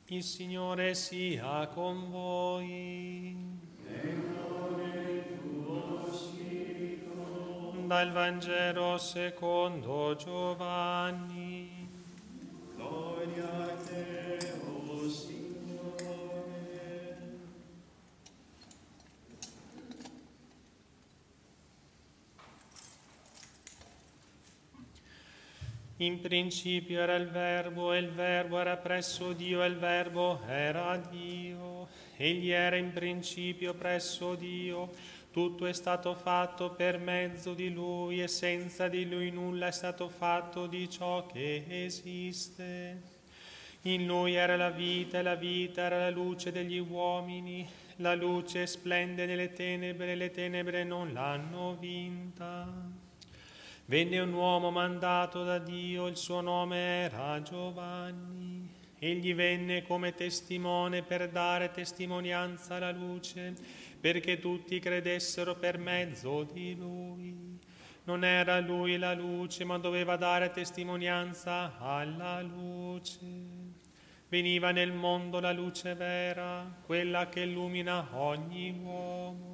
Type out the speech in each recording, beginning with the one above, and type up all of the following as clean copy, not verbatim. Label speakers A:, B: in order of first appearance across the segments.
A: Il Signore sia con voi. Dal Vangelo secondo Giovanni.
B: Gloria a te, o Signore.
A: In principio era il Verbo, e il Verbo era presso Dio, e il Verbo era Dio. Egli era in principio presso Dio. Tutto è stato fatto per mezzo di Lui, e senza di Lui nulla è stato fatto di ciò che esiste. In Lui era la vita, e la vita era la luce degli uomini. La luce splende nelle tenebre, e le tenebre non l'hanno vinta. Venne un uomo mandato da Dio, il suo nome era Giovanni. Egli venne come testimone per dare testimonianza alla luce, perché tutti credessero per mezzo di lui. Non era lui la luce, ma doveva dare testimonianza alla luce. Veniva nel mondo la luce vera, quella che illumina ogni uomo.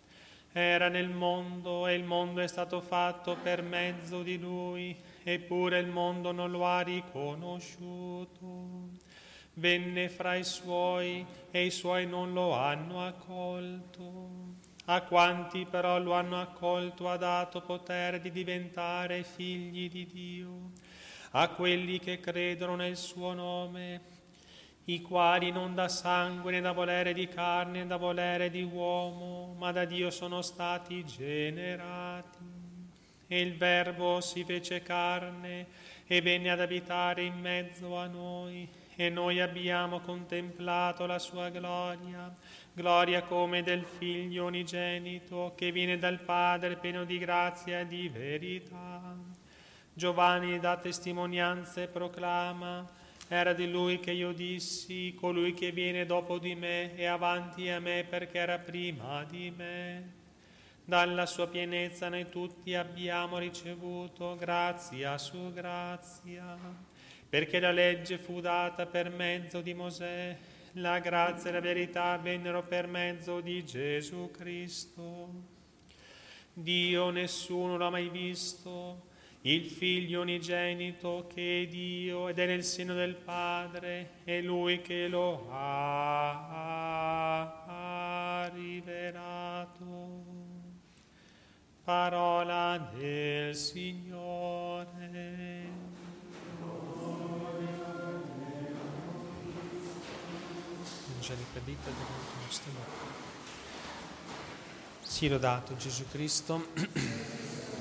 A: Era nel mondo, e il mondo è stato fatto per mezzo di lui, eppure il mondo non lo ha riconosciuto. Venne fra i suoi, e i suoi non lo hanno accolto. A quanti però lo hanno accolto ha dato potere di diventare figli di Dio, a quelli che credono nel suo nome, i quali non da sangue, né da volere di carne, né da volere di uomo, ma da Dio sono stati generati. E il Verbo si fece carne e venne ad abitare in mezzo a noi, e noi abbiamo contemplato la sua gloria, gloria come del Figlio unigenito, che viene dal Padre pieno di grazia e di verità. Giovanni dà testimonianza e proclama: era di lui che io dissi, colui che viene dopo di me è avanti a me perché era prima di me. Dalla sua pienezza noi tutti abbiamo ricevuto grazia su grazia, perché la legge fu data per mezzo di Mosè, la grazia e la verità vennero per mezzo di Gesù Cristo. Dio nessuno l'ha mai visto, il Figlio unigenito che è Dio ed è nel seno del Padre, è Lui che lo ha rivelato. Parola del Signore. Angelica vita dell'ultimo stella. Sia lodato Gesù Cristo.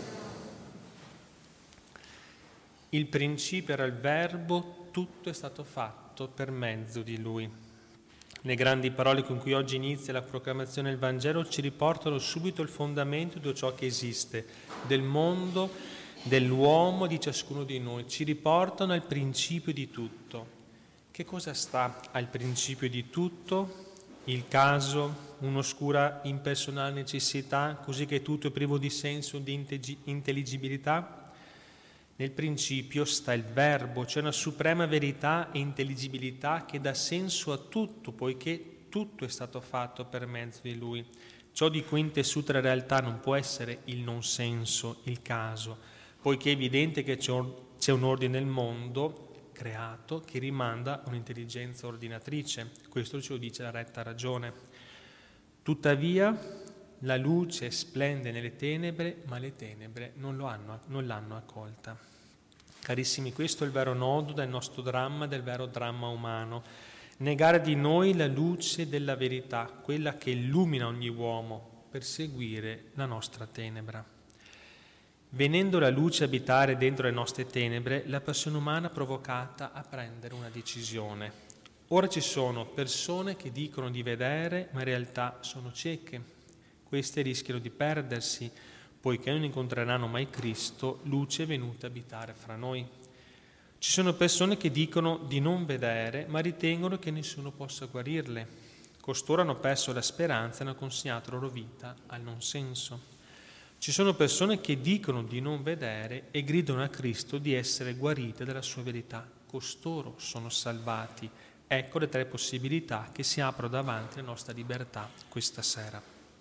A: Il principio era il Verbo, tutto è stato fatto per mezzo di Lui. Le grandi parole con cui oggi inizia la proclamazione del Vangelo ci riportano subito il fondamento di ciò che esiste, del mondo, dell'uomo, di ciascuno di noi. Ci riportano al principio di tutto. Che cosa sta al principio di tutto? Il caso, un'oscura impersonale necessità, così che tutto è privo di senso, di intelligibilità? Nel principio sta il Verbo, c'è una suprema verità e intelligibilità che dà senso a tutto, poiché tutto è stato fatto per mezzo di Lui. Ciò di cui intessuta la realtà non può essere il non senso, il caso, poiché è evidente che c'è un ordine nel mondo creato che rimanda a un'intelligenza ordinatrice. Questo ce lo dice la retta ragione. Tuttavia, la luce splende nelle tenebre, ma le tenebre non l'hanno accolta. Carissimi, questo è il vero nodo del nostro dramma, del vero dramma umano. Negare di noi la luce della verità, quella che illumina ogni uomo, per seguire la nostra tenebra. Venendo la luce abitare dentro le nostre tenebre, la persona umana è provocata a prendere una decisione. Ora ci sono persone che dicono di vedere, ma in realtà sono cieche. Queste rischiano di perdersi, poiché non incontreranno mai Cristo, luce venuta a abitare fra noi. Ci sono persone che dicono di non vedere, ma ritengono che nessuno possa guarirle. Costoro hanno perso la speranza e hanno consegnato la loro vita al non senso. Ci sono persone che dicono di non vedere e gridano a Cristo di essere guarite dalla sua verità. Costoro sono salvati,
C: Ecco le tre possibilità che si aprono davanti alla nostra libertà questa sera.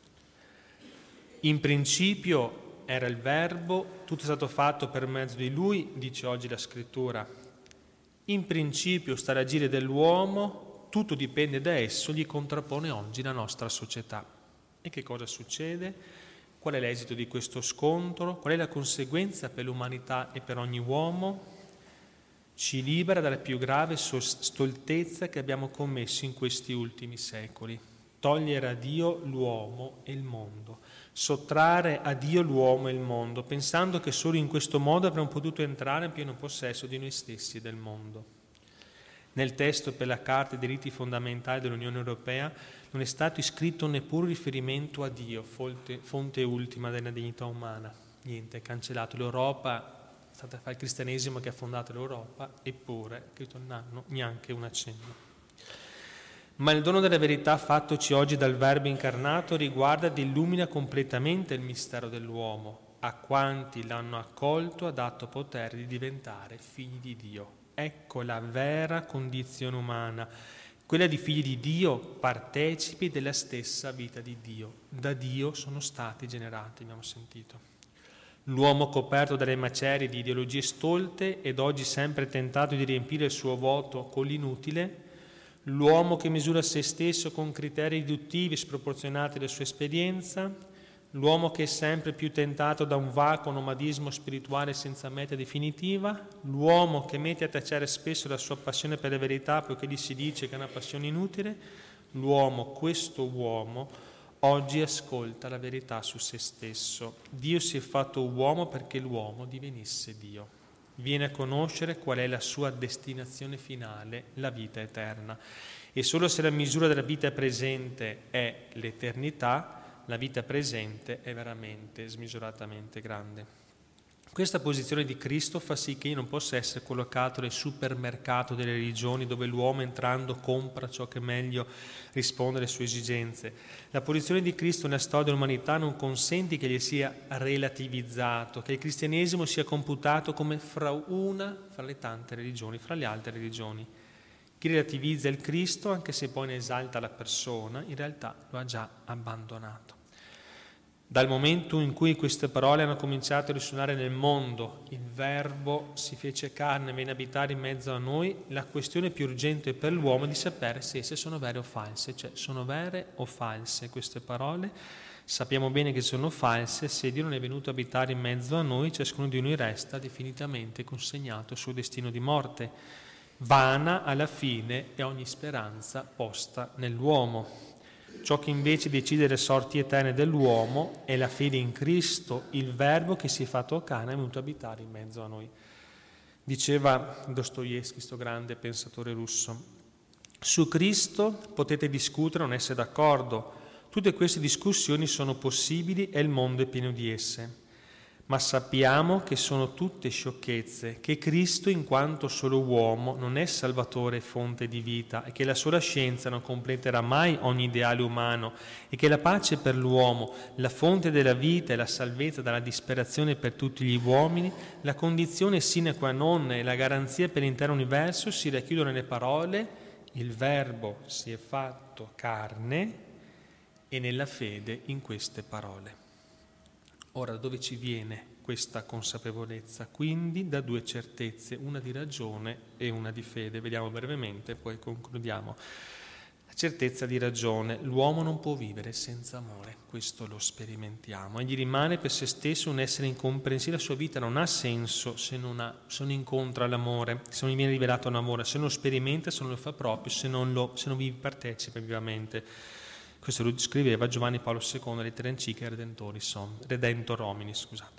C: In principio era il Verbo, tutto è stato fatto per mezzo di Lui, dice oggi la Scrittura. In principio sta l'agire dell'uomo, tutto dipende da esso, gli contrappone oggi la nostra società. E che cosa succede? Qual è l'esito di questo scontro? Qual è la conseguenza per l'umanità e per ogni uomo? Ci libera dalla più grave stoltezza che abbiamo commesso in questi ultimi secoli. Togliere a Dio l'uomo e il mondo, sottrarre a Dio l'uomo e il mondo, pensando che solo in questo modo avremmo potuto entrare in pieno possesso di noi stessi e del mondo. Nel testo per la Carta dei diritti fondamentali dell'Unione Europea non è stato iscritto neppure riferimento a Dio, fonte ultima della dignità umana. Niente, è cancellato. L'Europa è stata il cristianesimo che ha fondato l'Europa, eppure non hanno neanche un accenno. Ma il dono della verità fattoci oggi dal Verbo incarnato riguarda ed illumina completamente il mistero dell'uomo. A quanti l'hanno accolto ha dato potere di diventare figli di Dio. Ecco la vera condizione umana, quella di figli di Dio, partecipi della stessa vita di Dio. Da Dio sono stati generati, abbiamo sentito. L'uomo coperto dalle macerie di ideologie stolte ed oggi sempre tentato di riempire il suo vuoto con l'inutile, l'uomo che misura se stesso con criteri riduttivi sproporzionati alla sua esperienza, l'uomo che è sempre più tentato da un vacuo nomadismo spirituale senza meta definitiva, l'uomo che mette a tacere spesso la sua passione per la verità poiché gli si dice che è una passione inutile, questo uomo, oggi ascolta la verità su se stesso. Dio si è fatto uomo perché l'uomo divenisse Dio. Viene a conoscere qual è la sua destinazione finale, la vita eterna. E solo se la misura della vita presente è l'eternità, la vita presente è veramente smisuratamente grande. Questa posizione di Cristo fa sì che io non possa essere collocato nel supermercato delle religioni dove l'uomo entrando compra ciò che meglio risponde alle sue esigenze. La posizione di Cristo nella storia dell'umanità non consente che gli sia relativizzato, che il cristianesimo sia computato come fra le tante religioni, fra le altre religioni. Chi relativizza il Cristo, anche se poi ne esalta la persona, in realtà lo ha già abbandonato. Dal momento in cui queste parole hanno cominciato a risuonare nel mondo, il Verbo si fece carne e venne a abitare in mezzo a noi, la questione più urgente per l'uomo è di sapere se esse sono vere o false, cioè sono vere o false queste parole. Sappiamo bene che sono false, se Dio non è venuto a abitare in mezzo a noi, ciascuno di noi resta definitivamente consegnato al suo destino di morte. Vana alla fine è ogni speranza posta nell'uomo. Ciò che invece decide le sorti eterne dell'uomo è la fede in Cristo, il Verbo che si è fatto carne e è venuto a abitare in mezzo a noi. Diceva Dostoevskij, questo grande pensatore russo, su Cristo potete discutere o non essere d'accordo. Tutte queste discussioni sono possibili e il mondo è pieno di esse. Ma sappiamo che sono tutte sciocchezze, che Cristo in quanto solo uomo non è Salvatore e fonte di vita e che la sola scienza non completerà mai ogni ideale umano e che la pace per l'uomo, la fonte della vita e la salvezza dalla disperazione per tutti gli uomini, la condizione sine qua non e la garanzia per l'intero universo si racchiudono nelle parole il Verbo si è fatto carne e nella fede in queste parole. Ora, da dove ci viene questa consapevolezza? Quindi da due certezze, una di ragione e una di fede. Vediamo brevemente, poi concludiamo. La certezza di ragione. L'uomo non può vivere senza amore, questo lo sperimentiamo. Egli rimane per se stesso un essere incomprensibile, la sua vita non ha senso se non incontra l'amore, se non gli viene rivelato l'amore, se non lo sperimenta, se non lo fa proprio, se non vi partecipa vivamente. Questo lo scriveva Giovanni Paolo II, lettera enciclica Redemptor Homini,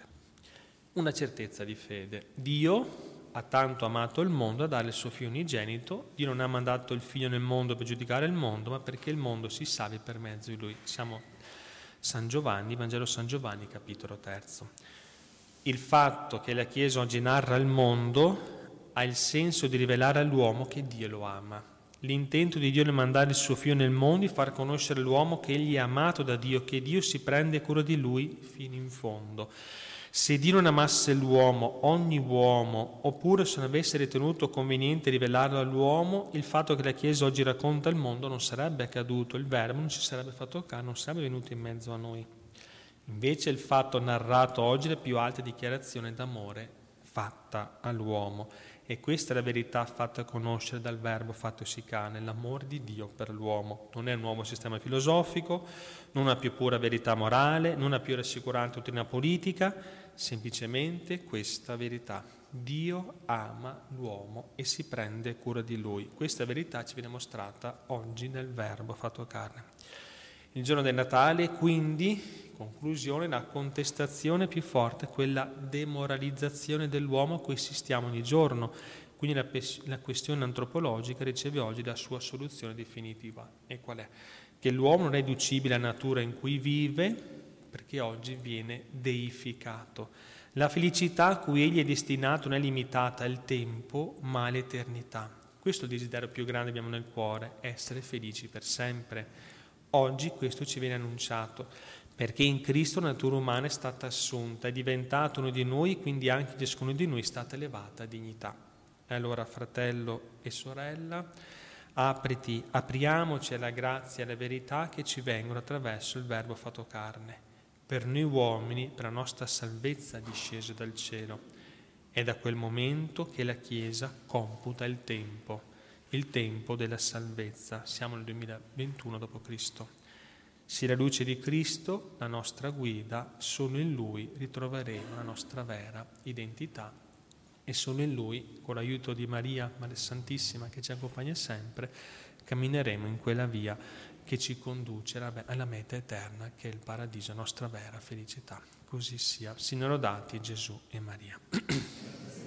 C: Una certezza di fede. Dio ha tanto amato il mondo da dare il suo figlio unigenito. Dio non ha mandato il figlio nel mondo per giudicare il mondo, ma perché il mondo si salvi per mezzo di lui. Siamo San Giovanni, Vangelo San Giovanni, capitolo 3. Il fatto che la Chiesa oggi narra il mondo ha il senso di rivelare all'uomo che Dio lo ama. L'intento di Dio nel mandare il suo figlio nel mondo è far conoscere all'uomo che egli è amato da Dio, che Dio si prende cura di lui fino in fondo. Se Dio non amasse l'uomo, ogni uomo, oppure se non avesse ritenuto conveniente rivelarlo all'uomo, il fatto che la Chiesa oggi racconta al mondo non sarebbe accaduto, il Verbo non ci sarebbe fatto carne, non sarebbe venuto in mezzo a noi. Invece il fatto narrato oggi è la più alta dichiarazione d'amore fatta all'uomo. E questa è la verità fatta conoscere dal Verbo fattosi carne, l'amore di Dio per l'uomo. Non è un nuovo sistema filosofico, non una più pura verità morale, non una più rassicurante dottrina politica, semplicemente questa verità. Dio ama l'uomo e si prende cura di lui. Questa verità ci viene mostrata oggi nel Verbo fatto carne. Il giorno del Natale, quindi, conclusione, la contestazione più forte è quella demoralizzazione dell'uomo a cui assistiamo ogni giorno. Quindi la questione antropologica riceve oggi la sua soluzione definitiva. E qual è? Che l'uomo non è riducibile alla natura in cui vive, perché oggi viene deificato. La felicità a cui egli è destinato non è limitata al tempo, ma all'eternità. Questo è il desiderio più grande che abbiamo nel cuore, essere felici per sempre. Oggi questo ci viene annunciato, perché in Cristo la natura umana è stata assunta, è diventato uno di noi, quindi anche ciascuno di noi è stata elevata a dignità. E allora, fratello e sorella, apriamoci alla grazia e alla verità che ci vengono attraverso il Verbo fatto carne. Per noi uomini, per la nostra salvezza disceso dal cielo. È da quel momento che la Chiesa computa il tempo della salvezza. Siamo nel 2021 d.C. Sia la luce di Cristo la nostra guida, solo in Lui ritroveremo la nostra vera identità e solo in Lui, con l'aiuto di Maria, Madre Santissima, che ci accompagna sempre, cammineremo in quella via che ci conduce alla meta eterna, che è il paradiso, la nostra vera felicità. Così sia. Siano lodati Gesù e Maria.